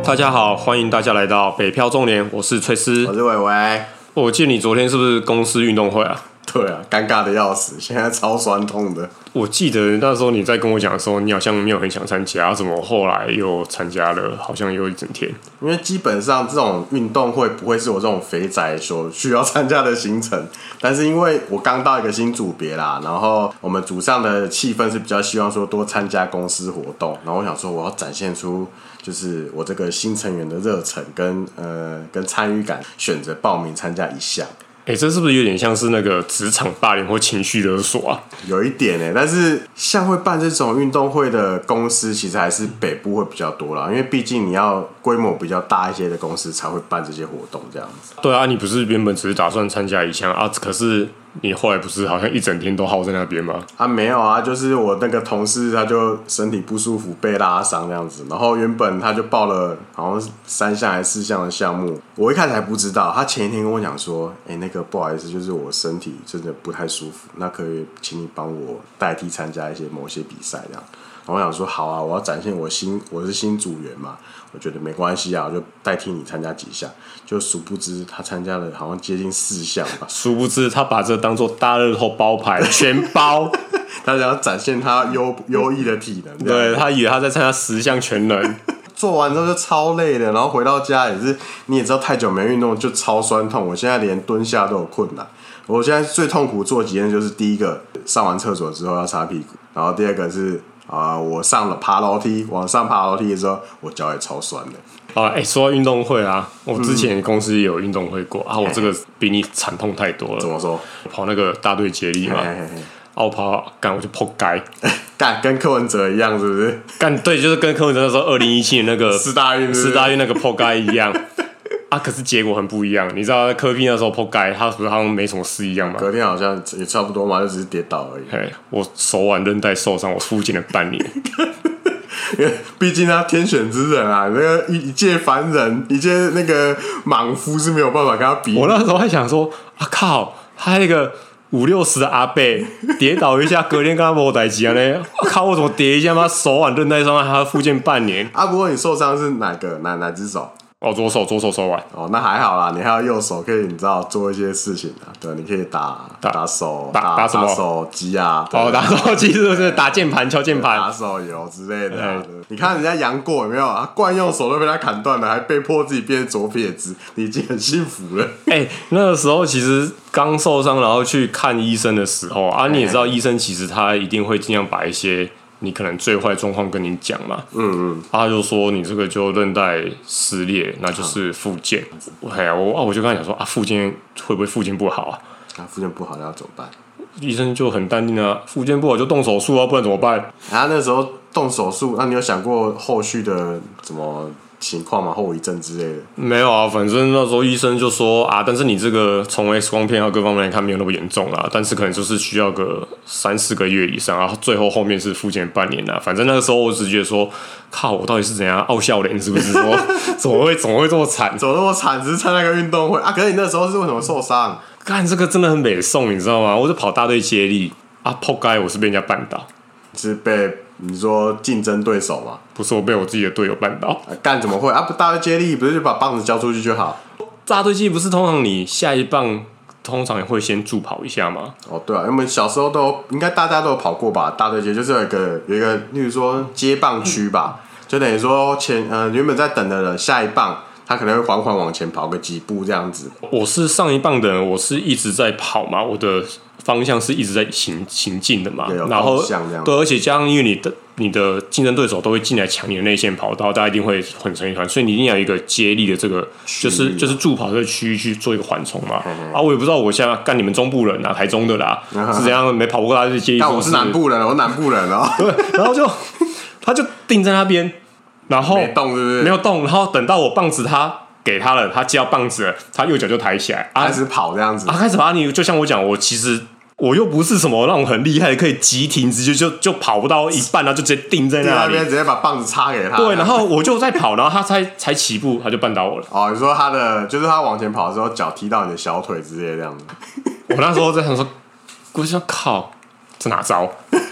大家好，欢迎大家来到北漂中年，我是崔斯， 我是伟伟。 我记得你昨天是不是公司运动会啊？ 对啊，尴尬的要死，现在超酸痛的。 我记得那时候你在跟我讲的时候，你好像没有很想参加，怎么后来又参加了？好像有一整天。 因为基本上这种运动会不会是我这种肥仔所需要参加的行程，但是因为我刚到一个新组别啦，然后我们组上的气氛是比较希望说多参加公司活动，然后我想说我要展现出就是我这个新成员的热忱跟参与感，选择报名参加一项。 这是不是有点像是那个职场霸凌或情绪勒索啊？ 有一点但是像会办这种运动会的公司，其实还是北部会比较多啦，因为毕竟你要规模比较大一些的公司才会办这些活动这样子。 对啊，你不是原本只是打算参加一项啊？可是你后来不是好像一整天都耗在那边吗？ 没有啊，就是我那个同事他就身体不舒服被拉伤这样子，然后原本他就报了好像3项还是4项的项目，我一开始还不知道，他前一天跟我讲说，那个不好意思，就是我身体真的不太舒服，那可以请你帮我代替参加某些比赛这样。然后我想说好啊，我要展现我是新组员嘛，我觉得没关系啊，我就代替你参加几项。就殊不知他参加了好像接近4项吧。 殊不知他把这当做大乐透包牌全包， 他想要展现他优异的体能。 对，他以为他在参加10项全能。 做完之后就超累的，然后回到家也是，你也知道太久没运动就超酸痛，我现在连蹲下都有困难。我现在最痛苦做几件就是第一个上完厕所之后要擦屁股，然后第二个是我上了爬楼梯，往上爬楼梯的时候我脚也超酸的。 说到运动会啊，我之前公司也有运动会过啊，我这个比你惨痛太多了。 怎么说？ 跑那个大队接力嘛，我跑干我就扑街， 干跟柯文哲一样是不是？ 干对，就是跟柯文哲那时候2017年那个四大运那个扑街一样。可是结果很不一样，你知道柯 P 那时候扑街，他不是好像没什么事一样吗？ 隔天好像也差不多嘛，就只是跌倒而已。 我手腕韧带受伤，我复健了半年。 因为毕竟他天选之人啊，那个一介凡人，一介那个莽夫是没有办法跟他比。 我那时候还想说，靠，他那个50-60的阿伯跌倒一下，隔天跟他没代志啊呢。靠，我怎么跌一下妈手腕韧带伤，还要复健半年？ 不过你受伤是哪只手？ 左手手腕。 那还好啦，你还有右手可以，你知道做一些事情啊。对，你可以打手， 打什么？ 打手机啊。 打手机是不是？打键盘、敲键盘、 打手游之类的。你看人家杨过有没有啊？惯用手都被他砍断了，还被迫自己变左撇子，你已经很幸福了。 那个时候其实刚受伤，然后去看医生的时候你也知道，医生其实他一定会尽量把一些你可能最坏状况跟你讲嘛，他就说你这个就韧带撕裂，那就是复健。我就跟他讲说复健会不会复健不好啊？ 复健不好那要怎么办？ 医生就很淡定啊，复健不好就动手术啊，不然怎么办？ 那时候动手术，那你有想过后续的怎么情况吗？后遗症之类的？ 没有啊，反正那时候医生就说但是你这个从 X 光片和各方面来看没有那么严重啦，但是可能就是需要个3-4个月以上，然后最后面是复健半年啦。反正那个时候我只觉得说，靠，我到底是怎样傲笑脸是不是？说怎么会这么惨？ 怎么那么惨？只是参加个运动会可是你那时候是为什么受伤？ 干这个真的很北宋，你知道吗？我就跑大队接力扑街，我是被人家绊倒， 是被你说竞争对手吗？ 不是，我被我自己的队友绊倒。 干怎么会不大队接力不是就把棒子交出去就好？ 大队接力不是通常你下一棒通常会先助跑一下吗？ 对啊，因为我们小时候应该大家都有跑过吧？大队接就是有一个，例如说接棒区吧，就等于说原本在等的人下一棒。他可能会缓缓往前跑个几步这样子。 我是上一棒的人，我是一直在跑嘛，我的方向是一直在行进的嘛，然后对，而且加上因为你的竞争对手都会进来抢你的内线跑道，大家一定会混成一团，所以你一定要有一个接力的这个，就是助跑这个区域去做一个缓冲嘛。我也不知道我现在干你们中部人台中的啦，是怎样没跑过他就接力。 但我是南部人，我南部人哦。 对，然后他就定在那边。然后没动是不是？ 没有动，然后等到我棒子他给他了，他接到棒子了，他右脚就抬起来， 开始跑这样子。 开始跑，你就像我讲，其实我又不是什么那种很厉害的，可以急停，直接就跑不到一半，然后就直接定在那里， 直接把棒子插给他。 对，然后我就在跑，然后他才起步，他就绊倒我了。 你说就是他往前跑的时候，脚踢到你的小腿之类的这样子。 我那时候在想说，我就想靠，这哪招？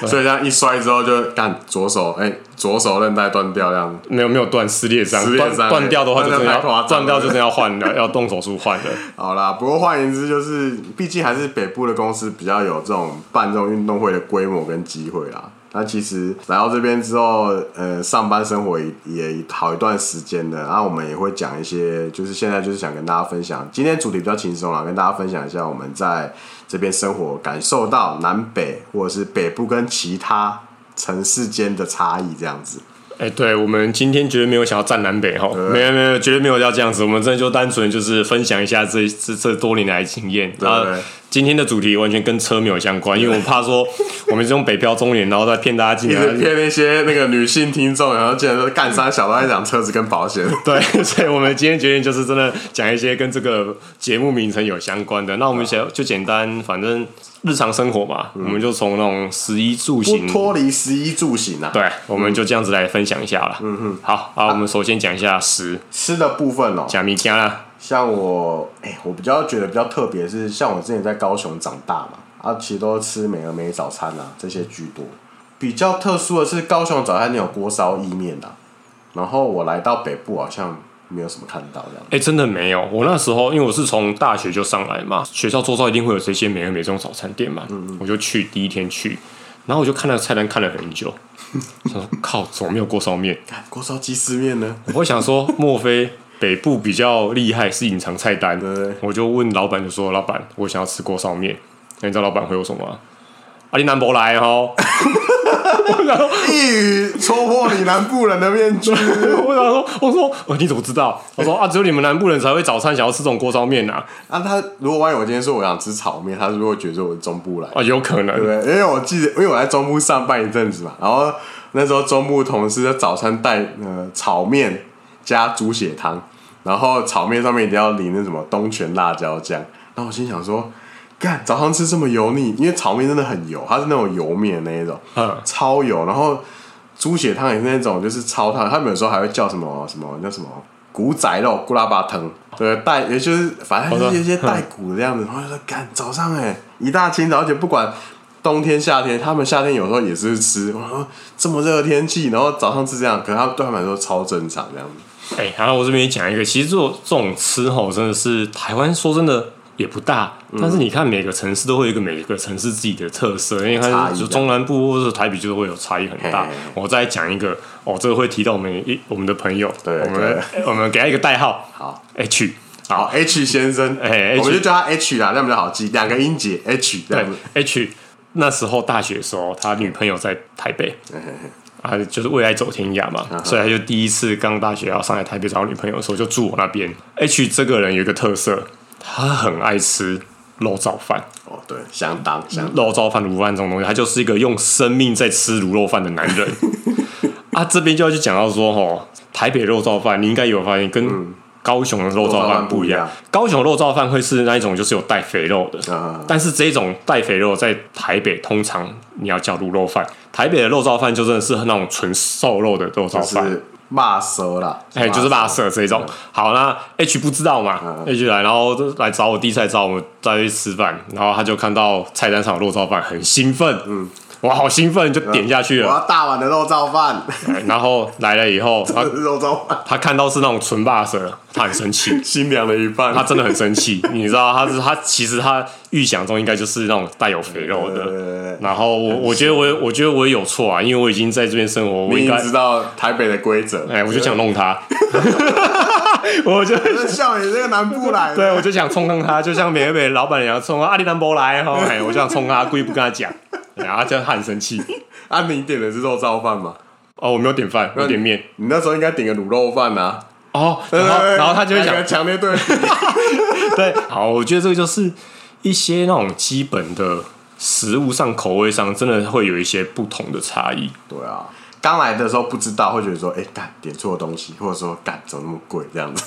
所以这样一摔之后就干左手韧带断掉这样。 没有断，撕裂伤，断掉的话就真的要换了，要动手术换了。 好啦，不过换言之就是，毕竟还是北部的公司比较有这种办这种运动会的规模跟机会啦。那其实来到这边之后，上班生活也好一段时间了。然后我们也会讲一些，就是现在就是想跟大家分享，今天主题比较轻松啦，跟大家分享一下我们在这边生活感受到南北或者是北部跟其他城市间的差异这样子。 对，我们今天绝对没有想要站南北哈，没有，绝对没有要这样子。我们真的就单纯就是分享一下这多年来的经验。 对。 今天的主题完全跟车没有相关，因为我怕说我们这种北漂中年，然后再骗大家进来， 骗那些那个女性听众，然后竟然说干三小都在讲车子跟保险。 对，所以我们今天决定就是真的讲一些跟这个节目名称有相关的。那我们就简单，反正日常生活嘛，我们就从那种食衣住行， 不脱离食衣住行啊。 对，我们就这样子来分享一下啦。好，我们首先讲一下吃的部分哦， 讲米家啦。 像我比较觉得比较特别是，像我之前在高雄长大嘛，其实都吃美而美早餐啊这些居多。比较特殊的是，高雄早餐你有锅烧意面啊，然后我来到北部好像没有什么看到这样。 真的没有。我那时候因为我是从大学就上来嘛，学校周遭一定会有这些美而美这种早餐店嘛，我就第一天去，然后我就看那个菜单看了很久，想说靠，怎么没有锅烧面？ 锅烧鸡丝面呢？ 我会想说，莫非北部比较厉害是隐藏菜单？我就问老板，就说老板，我想要吃锅烧面。你知道老板回我什么吗？你南部来哦。我想说一语戳破你南部人的面具。 我说你怎么知道？我说只有你们南部人才会早餐想要吃这种锅烧面啊。 他如果万一我今天说我想吃炒面，他是不是会觉得我是中部来？ 有可能， 对不对？因为我记得，因为我在中部上班一阵子嘛，然后那时候中部同事在早餐带炒面加猪血汤，然后炒面上面一定要淋那什么东泉辣椒酱。然后我心想说，干早上吃这么油腻，因为炒面真的很油，它是那种油面的那一种，超油。然后猪血汤也是那种就是超烫，他们有时候还会叫什么那什么骨仔肉、咕拉巴汤，对，也就是反正就是一些带骨的这样子。然后就说干早上一大清早，而且不管冬天夏天，他们夏天有时候也是吃。我说这么热的天气，然后早上吃这样，可能对他们来说超正常这样子。 然后我这边也讲一个，其实这种吃真的是台湾说真的也不大，但是你看每个城市都会有每个城市自己的特色，因为看就中南部或者台北就是会有差异很大。我再讲一个这个会提到我们的朋友， 对， 我们给他一个代号， 好 H， 好 H 先生，我们就叫他 H 啦，这样比较好记，两个音节 H 这样子。 H 那时候大学的时候，他女朋友在台北。就是为爱走天涯嘛，所以他就第一次刚大学要上来台北找女朋友的时候，就住我那边。H 这个人有一个特色，他很爱吃肉燥饭。 对，相当肉燥饭、卤饭这种东西，他就是一个用生命在吃卤肉饭的男人。这边就要去讲到说，台北肉燥饭，你应该有发现跟高雄的肉燥饭不一样。高雄肉燥饭会是那一种就是有带肥肉的，但是这种带肥肉在台北通常你要叫卤肉饭。台北的肉燥饭就真的是那种纯瘦肉的肉燥饭， 就是肉色啦， 就是肉色这种。好，那 H 不知道嘛，H 来，然后来找我，第一次来找我们再去吃饭，然后他就看到菜单上有肉燥饭，很兴奋，哇，好兴奋，就点下去了。 我要大碗的肉燥饭。 然后来了以后， 肉燥饭， 他看到是那种纯肉色，他很生气， 心凉了一半。 他真的很生气，你知道，他其实他预想中应该就是那种带有肥肉的。然后我觉得我也有错啊，因为我已经在这边生活，我应该知道台北的规则。 我就想弄他。我就笑你这个南部来的。 对，我就想冲他，就像美而美老板娘冲你南部来我就想冲他，故意不跟他讲。然后他很生气。 你点的是肉燥饭吗？ 我没有点饭，我点面。 你那时候应该点个卤肉饭啊。 然后他就会讲强烈对比。 对，好，我觉得这个就是一些那种基本的食物上、口味上，真的会有一些不同的差异。 对啊，刚来的时候不知道，会觉得说，干点错东西，或者说干怎么那么贵这样子。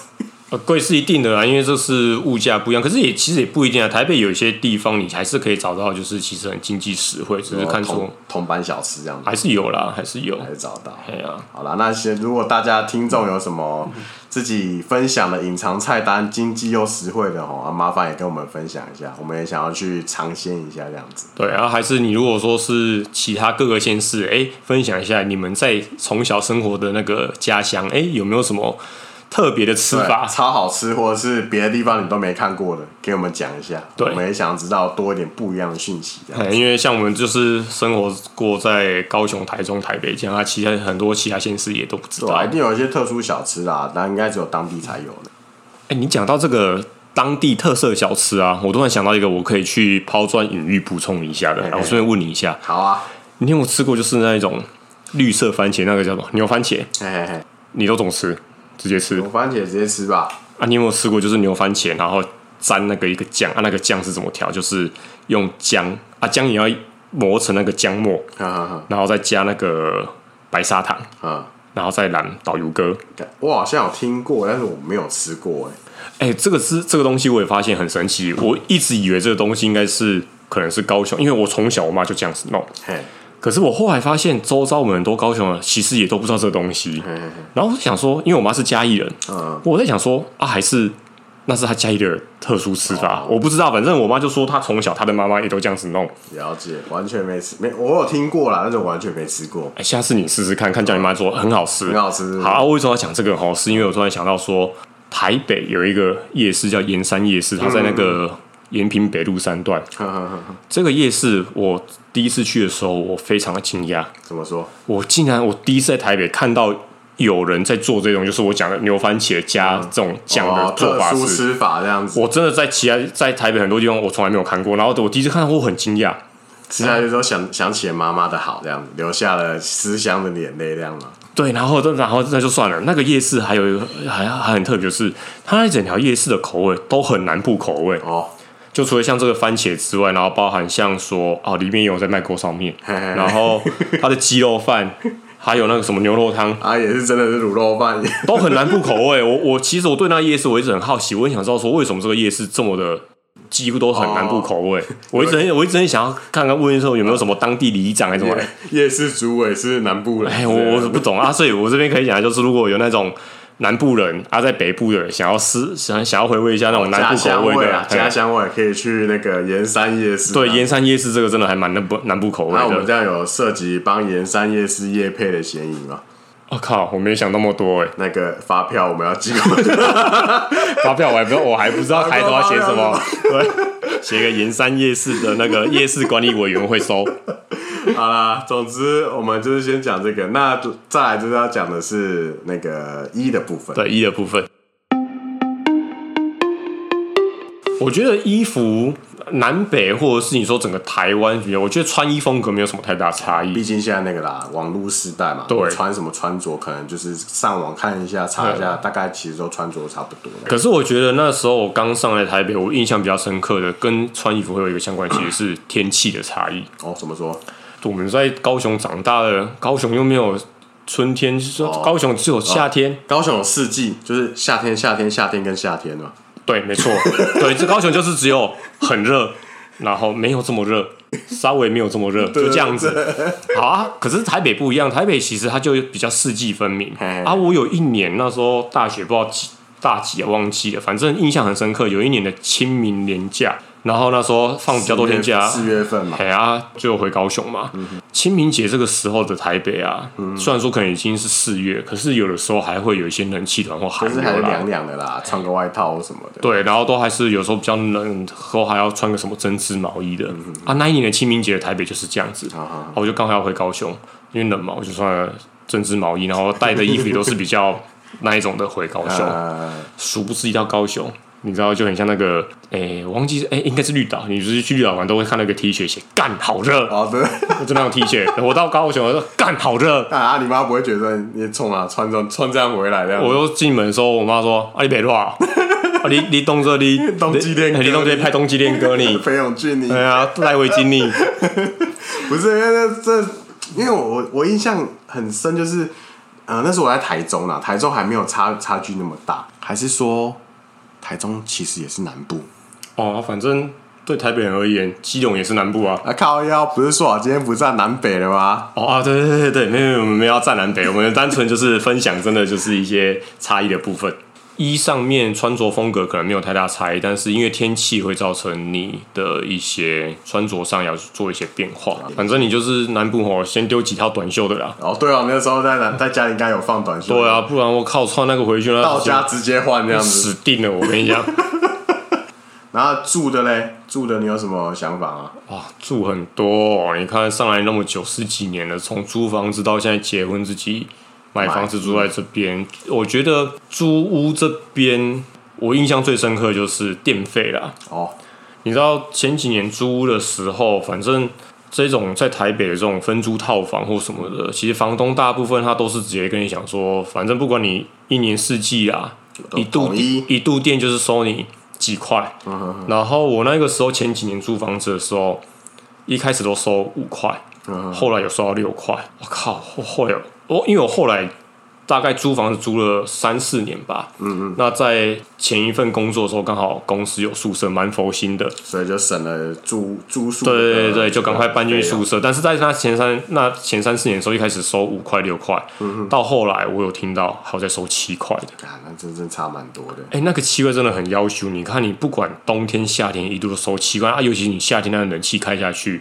贵是一定的啦，因为这是物价不一样。可是其实也不一定啊。台北有一些地方你还是可以找到，就是其实很经济实惠，只是看说铜板小吃这样子， 还是有啦，还是找到。 好啦，那如果大家听众有什么自己分享的隐藏菜单，经济又实惠的麻烦也跟我们分享一下，我们也想要去尝鲜一下这样子。 对，然后还是你如果说是其他各个县市，分享一下你们在从小生活的那个家乡，有没有什么特别的吃法， 超好吃，或者是别的地方你都没看过的，给我们讲一下。对，我们也想知道多一点不一样的讯息。 因为像我们就是生活过在高雄、台中、台北这样，其他很多其他县市也都不知道。 一定有一些特殊小吃啦，但应该只有当地才有的。 你讲到这个当地特色小吃啊，我突然想到一个我可以去抛砖引玉补充一下的，我顺便问你一下。 好啊， 你有没有吃过就是那一种绿色番茄，那个叫做牛番茄？你都怎么吃？直接吃牛番茄直接吃吧。 你有没有吃过就是牛番茄，然后沾那个一个酱那个酱是怎么调？就是用姜姜也要磨成那个姜末，然后再加那个白砂糖，然后再染导游哥。 我好像有听过，但是我没有吃过。 这个东西我也发现很神奇。我一直以为这个东西应该是可能是高雄，因为我从小我妈就这样子弄。可是我后来发现，周遭我们很多高雄人其实也都不知道这个东西。然后我想说，因为我妈是嘉义人，我在想说还是那是她嘉义的特殊吃法，我不知道。反正我妈就说，她从小她的妈妈也都这样子弄。 了解，完全没吃，我有听过啦，但是我完全没吃过。 下次你试试看，叫你妈做，很好吃， 很好吃。 好，为什么要讲这个？是因为我突然想到说，台北有一个夜市叫盐山夜市，它在那个延平北路3段。这个夜市我第一次去的时候，我非常的惊讶。 怎么说？ 我竟然第一次在台北看到有人在做这种，就是我讲的牛番茄加这种酱的做法， 特殊吃法这样子。 我真的在台北很多地方我从来没有看过，然后我第一次看到我很惊讶。 吃下去之后想起了妈妈的好，这样子留下了思乡的眼泪，这样吗？ 对，然后那就算了。那个夜市还有一个还很特别，就是它那整条夜市的口味都很南部口味就除了像这个番茄之外，然后包含像说里面有在卖锅烧面，然后它的鸡肉饭，还有那个什么牛肉汤也是真的是卤肉饭， 都很南部口味。我其实我对那个夜市我一直很好奇，我很想知道说为什么这个夜市这么的几乎都很南部口味。我一直很想要看看问说有没有什么当地里长还是什么夜市主委是南部人， 我不懂所以我这边可以讲就是如果有那种南部人在北部的人想要回味一下那种南部口味的家乡味，可以去那个盐山夜市。 对，盐山夜市这个真的还蛮南部口味的。 那我们这样有涉及帮盐山夜市业配的嫌疑吗？ 靠！我没想那么多那个发票我们要寄过去。 发票我还不知道开头要写什么，对，写个盐山夜市的那个夜市管理委员会收。 好啦，总之我们就是先讲这个，那再来就是要讲的是那个衣的部分。 对，衣的部分，我觉得衣服南北或者是你说整个台湾，我觉得穿衣风格没有什么太大差异。 毕竟现在那个啦，网络时代嘛，对，穿什么穿着可能就是上网看一下查一下，大概其实都穿着差不多。 可是我觉得那时候我刚上来台北，我印象比较深刻的跟穿衣服会有一个相关，其实是天气的差异。 怎么说？ 我们在高雄长大的，高雄又没有春天，就是说高雄只有夏天。 高雄有4季，就是夏天跟夏天嘛。 对，没错，对，这高雄就是只有很热，然后没有这么热，稍微没有这么热，就这样子。好可是台北不一样，台北其实它就比较四季分明。我有一年那时候大学不知道大几忘记了，反正印象很深刻。有一年的清明连假，然后那时候放比较多天假 ，4月份嘛， 就回高雄嘛。清明节这个时候的台北虽然说可能已经是4月，可是有的时候还会有一些冷气团或寒流啦， 就是还凉凉的啦，穿个外套或什么的。 对，然后都还是有时候比较冷，后还要穿个什么针织毛衣的。那一年的清明节的台北就是这样子。我就刚好要回高雄，因为冷嘛，我就穿了针织毛衣，然后带的衣服也都是比较那一种的回高雄。殊不知一到高雄，你知道就很像那个，我忘记应该是绿岛，你就是去绿岛玩都会看那个 T 恤写干好热， 对， 就那种 T 恤。我到高雄我说干好热， 你妈不会觉得你冲穿这样回来这样？ 我又进门的时候，我妈说你别乱，你动这你冬季恋歌， 你动这拍冬季恋歌你， 裴勇俊你， 对赖维金你， 不是因为因为我印象很深，就是那时候我在台中啦，台中还没有差距那么大，还是说台中其实也是南部？ 反正对台北人而言，基隆也是南部啊。 靠腰，不是说今天不站南北了吗？ 对，没有，我们没有要站南北，我们单纯就是分享，真的就是一些差异的部分。衣上面穿着风格可能没有太大差异，但是因为天气会造成你的一些穿着上要做一些变化。反正你就是南部先丢几套短袖的啦。 对啊，那时候在家里应该有放短袖。 对啊，不然我靠穿那个回去， 到家直接换这样子， 死定了！我跟你讲。 然后住的你有什么想法啊？ 住很多你看上来那么久10几年了，从租房子到现在结婚自己买房子住在这边，我觉得租屋这边我印象最深刻就是电费啦。你知道前几年租屋的时候，反正这种在台北的这种分租套房或什么的，其实房东大部分他都是直接跟你讲说，反正不管你1年4季啊，一度电就是收你几块。然后我那个时候前几年租房子的时候，一开始都收5块，后来有收到6块。我靠，因为我后来大概租房子租了3、4年吧。那在前一份工作的时候，刚好公司有宿舍，蛮佛心的， 所以就省了住宿。 对，就赶快搬进宿舍。但是在那前3、4年的时候，一开始收5块、6块，到后来我有听到还有在收7块的。 那真正差蛮多的。 那个7块真的很要求。你看，你不管冬天、夏天，一度都收7块尤其你夏天那冷气开下去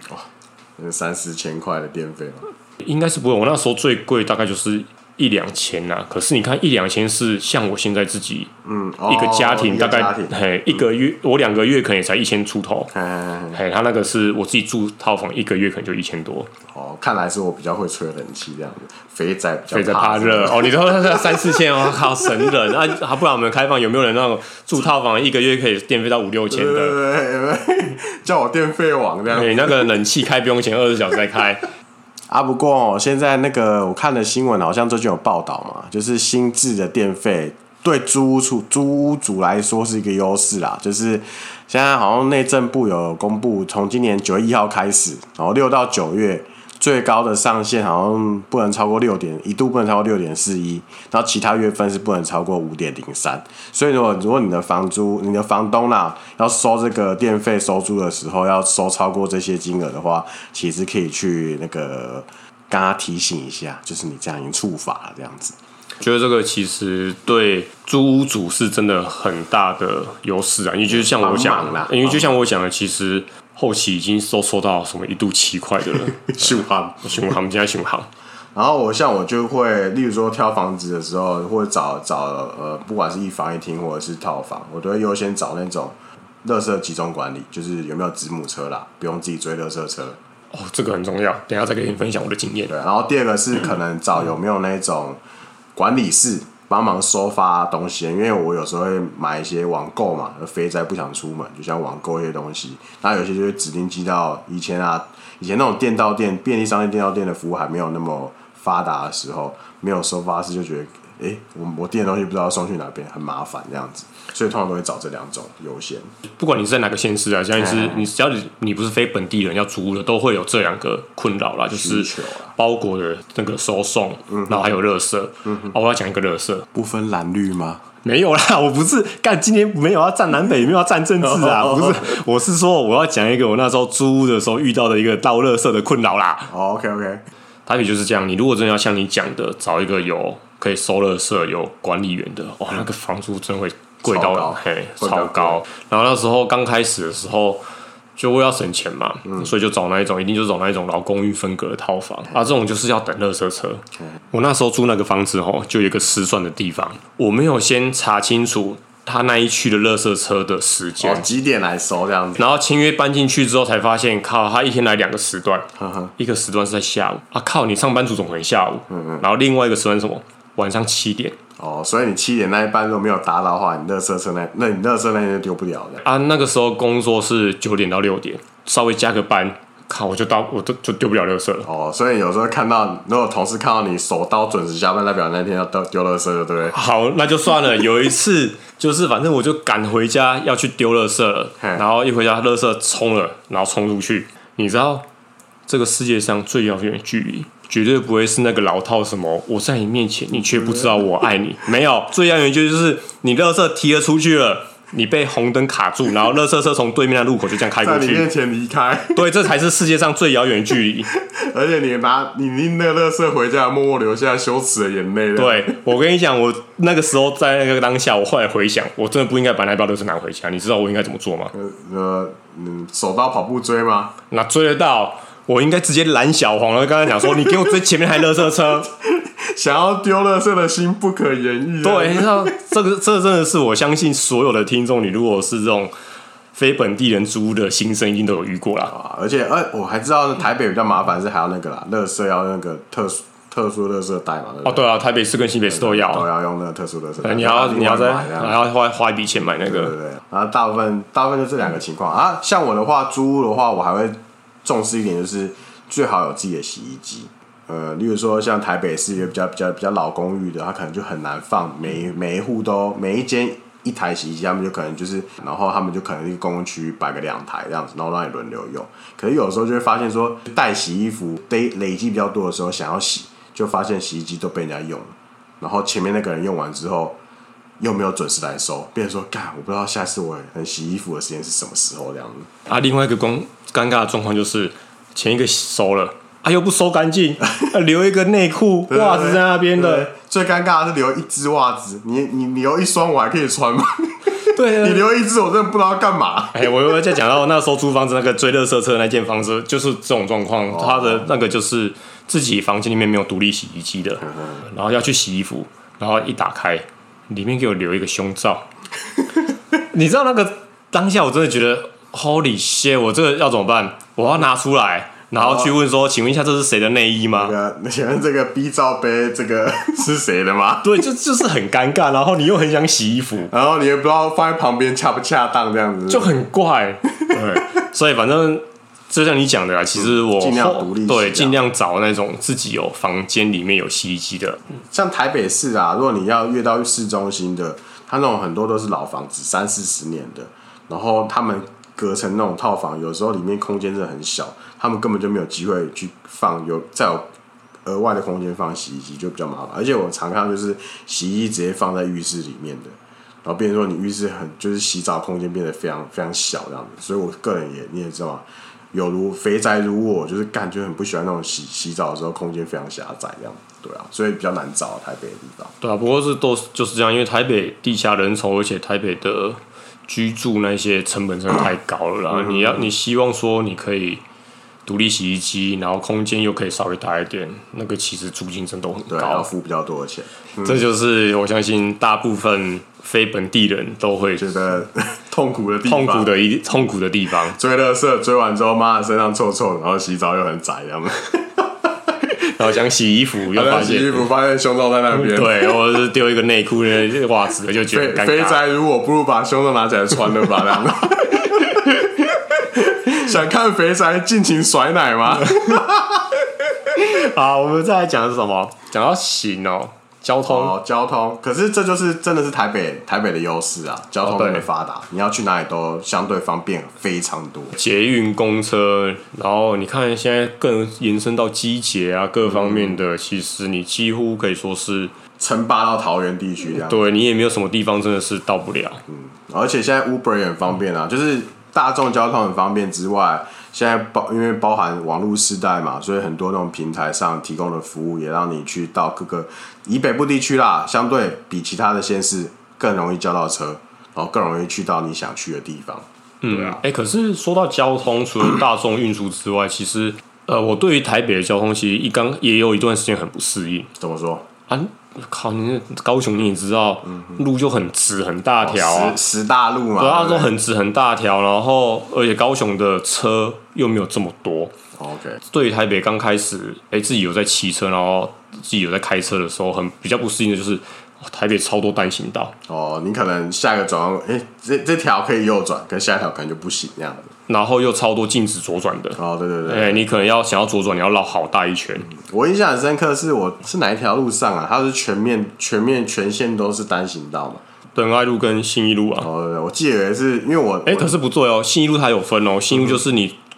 ，30-40千块的电费嘛。 应该是不会，我那时候最贵大概就是1-2千呐。可是你看1-2千是像我现在自己一个家庭大概一个月，我2个月可能也才1000出头。他那个是我自己住套房，1个月可能就1000多。 看来是我比较会吹冷气这样子，肥仔怕热你说3-4千靠神人不然我们开放有没有人那种住套房1个月可以电费到5-6千的？ 对，叫我电费王这样。 那个冷气开不用钱，20小时在开。 不过现在那个我看的新闻好像最近有报道嘛，就是新制的电费对租屋主来说是一个优势啦，就是现在好像内政部有公布，从今年9月1号开始，然后6到9月最高的上限好像不能超过一度不能超过6.41，然后其他月份是不能超过5.03。所以如果你的房东要收这个电费收租的时候要收超过这些金额的话，其实可以去那个跟他提醒一下，就是你这样已经触法了这样子。 觉得这个其实对租屋主是真的很大的优势因为就像我讲的，其实后期已经收到什么1度7块的了， 熊行现在熊行。 然后我就会，例如说挑房子的时候，或者找不管是一房一厅或者是套房，我都会优先找那种垃圾集中管理，就是有没有子母车啦，不用自己追垃圾车。 这个很重要，等一下再跟你分享我的经验。 对，然后第二个是可能找有没有那种管理室帮忙收发东西，因为我有时候会买一些网购嘛，肥宅不想出门，就像网购一些东西，那有些就会指定寄到以前那种便利商店店到店的服务还没有那么发达的时候，没有收发室就觉得我订的东西不知道送去哪边，很麻烦这样子，所以通常都会找这2种优先。 不管你是在哪个县市像你只要你不是非本地人要租的，都会有这2个困扰啦，就是包裹的那个收送，然后还有垃圾。我要讲一个垃圾， 不分蓝绿吗？ 没有啦，我不是今天没有要站南北，也没有要站政治不是，我是说我要讲一个我那时候租屋的时候遇到的一个倒垃圾的困扰啦。 OK， 台北就是这样，你如果真的要像你讲的，找一个有可以收垃圾、有管理员的，那个房租真的会贵到超高。然后那时候刚开始的时候，就为了省钱嘛，所以就找那一种，一定就找那一种老公寓分隔的套房这种就是要等垃圾车。我那时候租那个房子就有一个失算的地方，我没有先查清楚他那一区的垃圾车的时间， 几点来收这样子。 然后签约搬进去之后才发现，靠，他一天来2个时段，一个时段是在下午靠，你上班族总可能下午，然后另外一个时段是什么？晚上7点。 所以你7点那一班如果没有达到的话，你垃圾车那你垃圾那天就丢不了的那个时候工作是9点到6点，稍微加个班，靠，我就丢不了垃圾了。 所以有时候如果同事看到你手刀准时下班，代表那天要丢垃圾了，对不对？ 好，那就算了。有一次就是反正我就赶回家要去丢垃圾了，然后一回家垃圾冲了，然后冲出去，你知道这个世界上最遥远的距离绝对不会是那个老套什么我在你面前，你却不知道我爱你。没有，最遥远距离就是你垃圾提了出去了。你被红灯卡住，然后垃圾车从对面的路口就这样开过去， 在你面前离开。 对，这才是世界上最遥远的距离。 而且你那个垃圾回家，默默流下羞耻的眼泪。 对，我跟你讲，我那个时候在那个当下，我后来回想，我真的不应该把那包垃圾拿回家。你知道我应该怎么做吗？ 手刀跑步追吗？ 那追得到，我应该直接拦小黄了。刚才讲说，你给我追前面台垃圾车。 想要丢垃圾的心不可言喻。 对，你知道这真的是我相信所有的听众，你如果是这种非本地人租的新生，一定都有遇过啦。 而且我还知道台北比较麻烦是还要那个啦，垃圾要那个特殊垃圾袋嘛。对对啊，台北市跟新北市都要用那个特殊垃圾袋。 你要再还要花一笔钱买那个。 对。然后大部分就这两个情况啊。像我的话，租屋的话，我还会重视一点，就是最好有自己的洗衣机。例如说像台北市一个比较老公寓的，它可能就很难放每一户都每一间一台洗衣机，他们就可能就是，然后他们就可能一个公共区域摆个2台这样子，然后让你轮流用。可是有时候就会发现说，带洗衣服累积比较多的时候，想要洗，就发现洗衣机都被人家用了，然后前面那个人用完之后又没有准时来收，变成说，我不知道下次我洗衣服的时间是什么时候这样子。 啊，另外一个尴尬的状况就是前一个收了。又不收干净，留一个内裤、袜子在那边的。 最尴尬的是留一只袜子，你留一双我还可以穿吗？ 对， 你留一只我真的不知道干嘛。 我又在讲到那时候租房子那个追垃圾车那间房子，就是这种状况。他的那个就是自己房间里面没有独立洗衣机的，然后要去洗衣服，然后一打开，里面给我留一个胸罩。你知道那个当下我真的觉得 Holy shit， 我这个要怎么办？我要拿出来。然后去问说，请问一下，这是谁的内衣吗？ 请问这个 B 罩杯这个是谁的吗？ 对，就是很尴尬，然后你又很想洗衣服， 然后你也不知道放在旁边恰不恰当，这样子就很怪。对，所以反正就像你讲的啦，其实我尽量独立， 对，尽量找那种自己有房间里面有洗衣机的。 像台北市啊，如果你要越到市中心的，它那种很多都是老房子，30-40年的，然后他们隔成那种套房，有时候里面空间真的很小。他们根本就没有机会去再有额外的空间放洗衣机，就比较麻烦。而且我常看到就是洗衣机直接放在浴室里面的，然后变成说你浴室就是洗澡空间变得非常非常小这样子。所以我个人你也知道嘛，有如肥宅如我，就是就很不喜欢那种洗澡的时候空间非常狭窄这样。对啊，所以比较难找台北的地方。 对啊，不过就是这样，因为台北地下人稠，而且台北的居住那些成本真的太高了啦。你希望说你可以独立洗衣机，然后空间又可以稍微大一点，那个其实租金真的都很高， 要付比较多的钱。 这就是我相信大部分非本地人都会觉得痛苦的地方。 痛苦的地方。 追垃圾追完之后，妈的身上臭臭，然后洗澡又很窄，这样子。 然后想洗衣服，又发现胸罩在那边， 对，或者是丢一个内裤、袜子，就觉得尴尬。 肥宅如我，不如把胸罩拿起来穿了吧，这样子。想看肥宅尽情甩奶吗？ 好，我们再来讲的是什么？讲到行交通。可是这就是真的是台北的优势啊，交通那么发达，你要去哪里都相对方便非常多。 捷运、公车，然后你看现在更延伸到机捷啊，各方面的，其实你几乎可以说是称霸到桃园地区这样。 对，你也没有什么地方真的是到不了。 而且现在 Uber 也很方便啊，就是大众交通很方便之外，现在因为包含网络时代嘛，所以很多那种平台上提供的服务也让你去到各个以北部地区啦，相对比其他的县市更容易叫到车，然后更容易去到你想去的地方。对啊， 可是说到交通，除了大众运输之外，其实我对于台北的交通其实也有一段时间很不适应。 怎么说啊？靠！你高雄你也知道，路就很直很大条啊， 十大路嘛， 对，它都很直很大条，然后而且高雄的车又没有这么多。 OK， 对于台北刚开始，自己有在骑车，然后自己有在开车的时候，比较不适应的就是台北超多单行道。 你可能下一个转弯，这条可以右转，可是下一条可能就不行那样子。 然后又超多禁止左转的。 对， 你可能想要左转，你要绕好大一圈。 我印象很深刻，是哪一条路上啊？它是全线都是单行道嘛？ 仁爱路跟信义路啊。 我记得是因为可是不对哦，信义路它有分哦，信义路就是你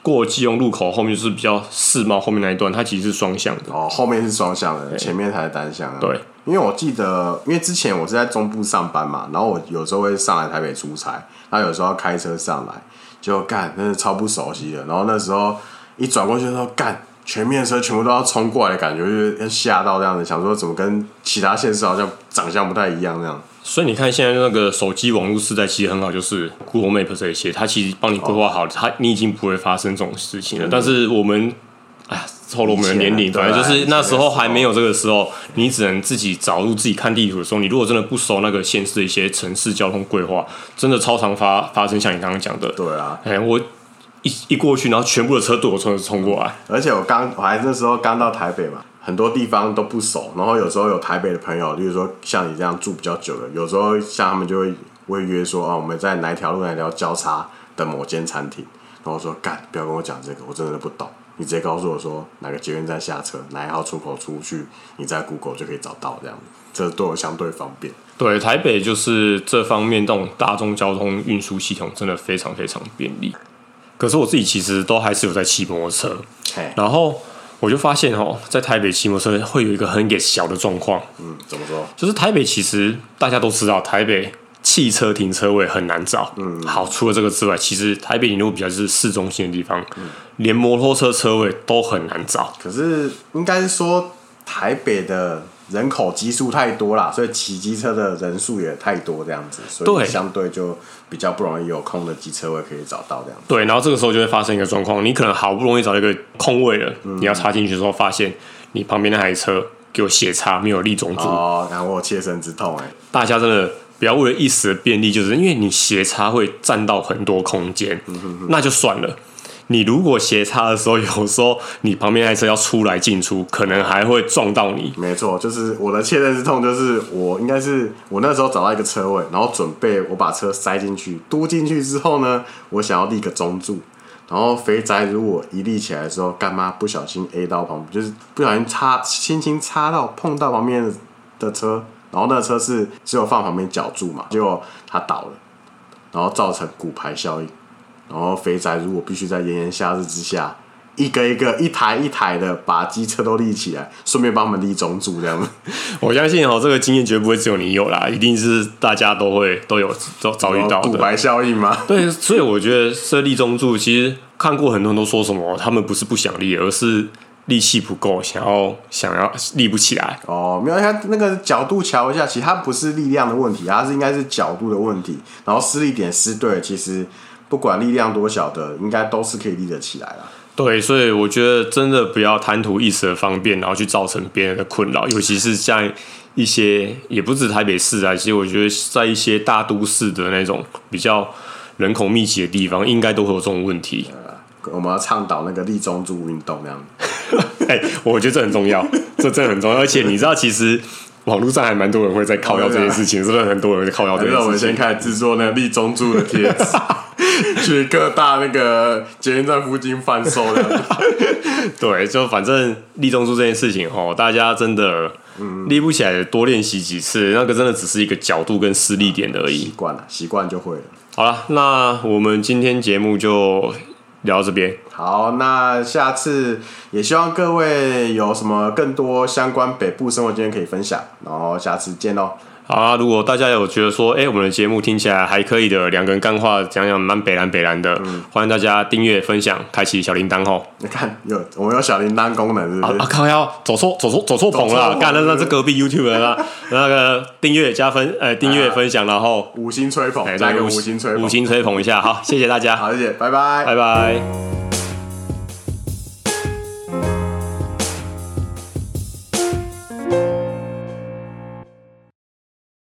过基隆路口后面就是比较世贸后面那一段，它其实是双向的。 哦，后面是双向的，前面才是单向的。 对， 因为我记得，因为之前我是在中部上班嘛，然后我有时候会上来台北出差，然后有时候要开车上来，就干，真的超不熟悉的。然后那时候一转过去的时候，干，前面的车全部都要冲过来的感觉，就是吓到这样子，想说怎么跟其他县市好像长相不太一样那样。 所以你看，现在那个手机网络时代其实很好，就是 Google Map 这一些，它其实帮你规划好，你已经不会发生这种事情了。但是我们，透露我们的年龄，反正就是那时候还没有这个时候，你只能自己找路、自己看地图的时候，你如果真的不熟那个县市的一些城市交通规划，真的超常发生像你刚刚讲的。 对啊， 我一过去，然后全部的车对我冲过来， 而且我还那时候刚到台北嘛。很多地方都不熟，然后有时候有台北的朋友，例如说像你这样住比较久的，有时候像他们就会约说我们在哪一条路哪一条交叉的某间餐厅，然后我说干，不要跟我讲这个，我真的不懂，你直接告诉我说哪个捷运站下车，哪一号出口出去，你在 Google 就可以找到这样子，这对我相对方便。 对，台北就是这方面这种大众交通运输系统真的非常非常便利。可是我自己其实都还是有在骑摩托车，然后我就发现在台北骑摩托车会有一个很小的状况。 怎么说？ 就是台北其实大家都知道，台北汽车停车位很难找。好，除了这个之外，其实台北你如果比较就是市中心的地方，连摩托车车位都很难找。 可是应该是说台北的人口基数太多啦，所以骑机车的人数也太多，这样子，所以相对就比较不容易有空的机车位可以找到这样子。 对，然后这个时候就会发生一个状况，你可能好不容易找一个空位了，你要插进去的时候，发现你旁边那台车给我斜插，没有立中柱。 然后我有切身之痛大家真的不要为了一时的便利，就是因为你斜插会占到很多空间，那就算了。你如果斜插的时候，有时候你旁边那台车要出来进出，可能还会撞到你。 没错，就是我的切身之痛，就是我那时候找到一个车位，然后准备我把车塞进去，嘟进去之后呢，我想要立个中柱，然后肥宅如果一立起来的时候，干妈不小心 A 到旁边，就是不小心轻轻插到碰到旁边的车，然后那个车是只有放旁边脚柱嘛，结果它倒了，然后造成骨牌效应。然后肥宅如果必须在炎炎夏日之下，一台一台的把机车都立起来，顺便帮他们立中柱这样子。 我相信这个经验绝不会只有你有啦，一定是大家都有遭遇到的。 骨牌效应吗？ 对，所以我觉得设立中柱，其实看过很多人都说什么，他们不是不想立，而是力气不够，想要立不起来。 没有，他那个角度调一下，其实它不是力量的问题，它是应该是角度的问题，然后施力点施对了，其实。不管力量多小的，应该都是可以立得起来啦。 对，所以我觉得真的不要贪图一时的方便，然后去造成别人的困扰，尤其是像一些也不止台北市啊，其实我觉得在一些大都市的那种比较人口密集的地方，应该都会有这种问题。 我们要倡导那个立中柱运动，那样。 我觉得这很重要，这真的很重要，而且你知道，其实。网络上还蛮多人会在靠腰这件事情，真的很多人会靠腰这件事情。 我们先开始制作那个立中柱的贴纸，去各大那个捷运站附近贩售的。 对，就反正立中柱这件事情大家真的立不起来，多练习几次，那个真的只是一个角度跟施力点而已。 习惯就会了。 好了，那我们今天节目就聊到这边。 好，那下次也希望各位有什么更多相关北部生活经验可以分享，然后下次见咯。 好啊，如果大家有觉得说，我们的节目听起来还可以的，两个人干话讲蛮北蓝的，欢迎大家订阅、分享、开启小铃铛你看，我们有小铃铛功能，是不是？ 靠腰，走错棚了，干那是隔壁 YouTube 了，那个订阅加订阅分享，然后五星吹捧，来个五星吹捧， 五星吹捧一下，好，谢谢大家， 好，谢谢，拜拜， 拜拜。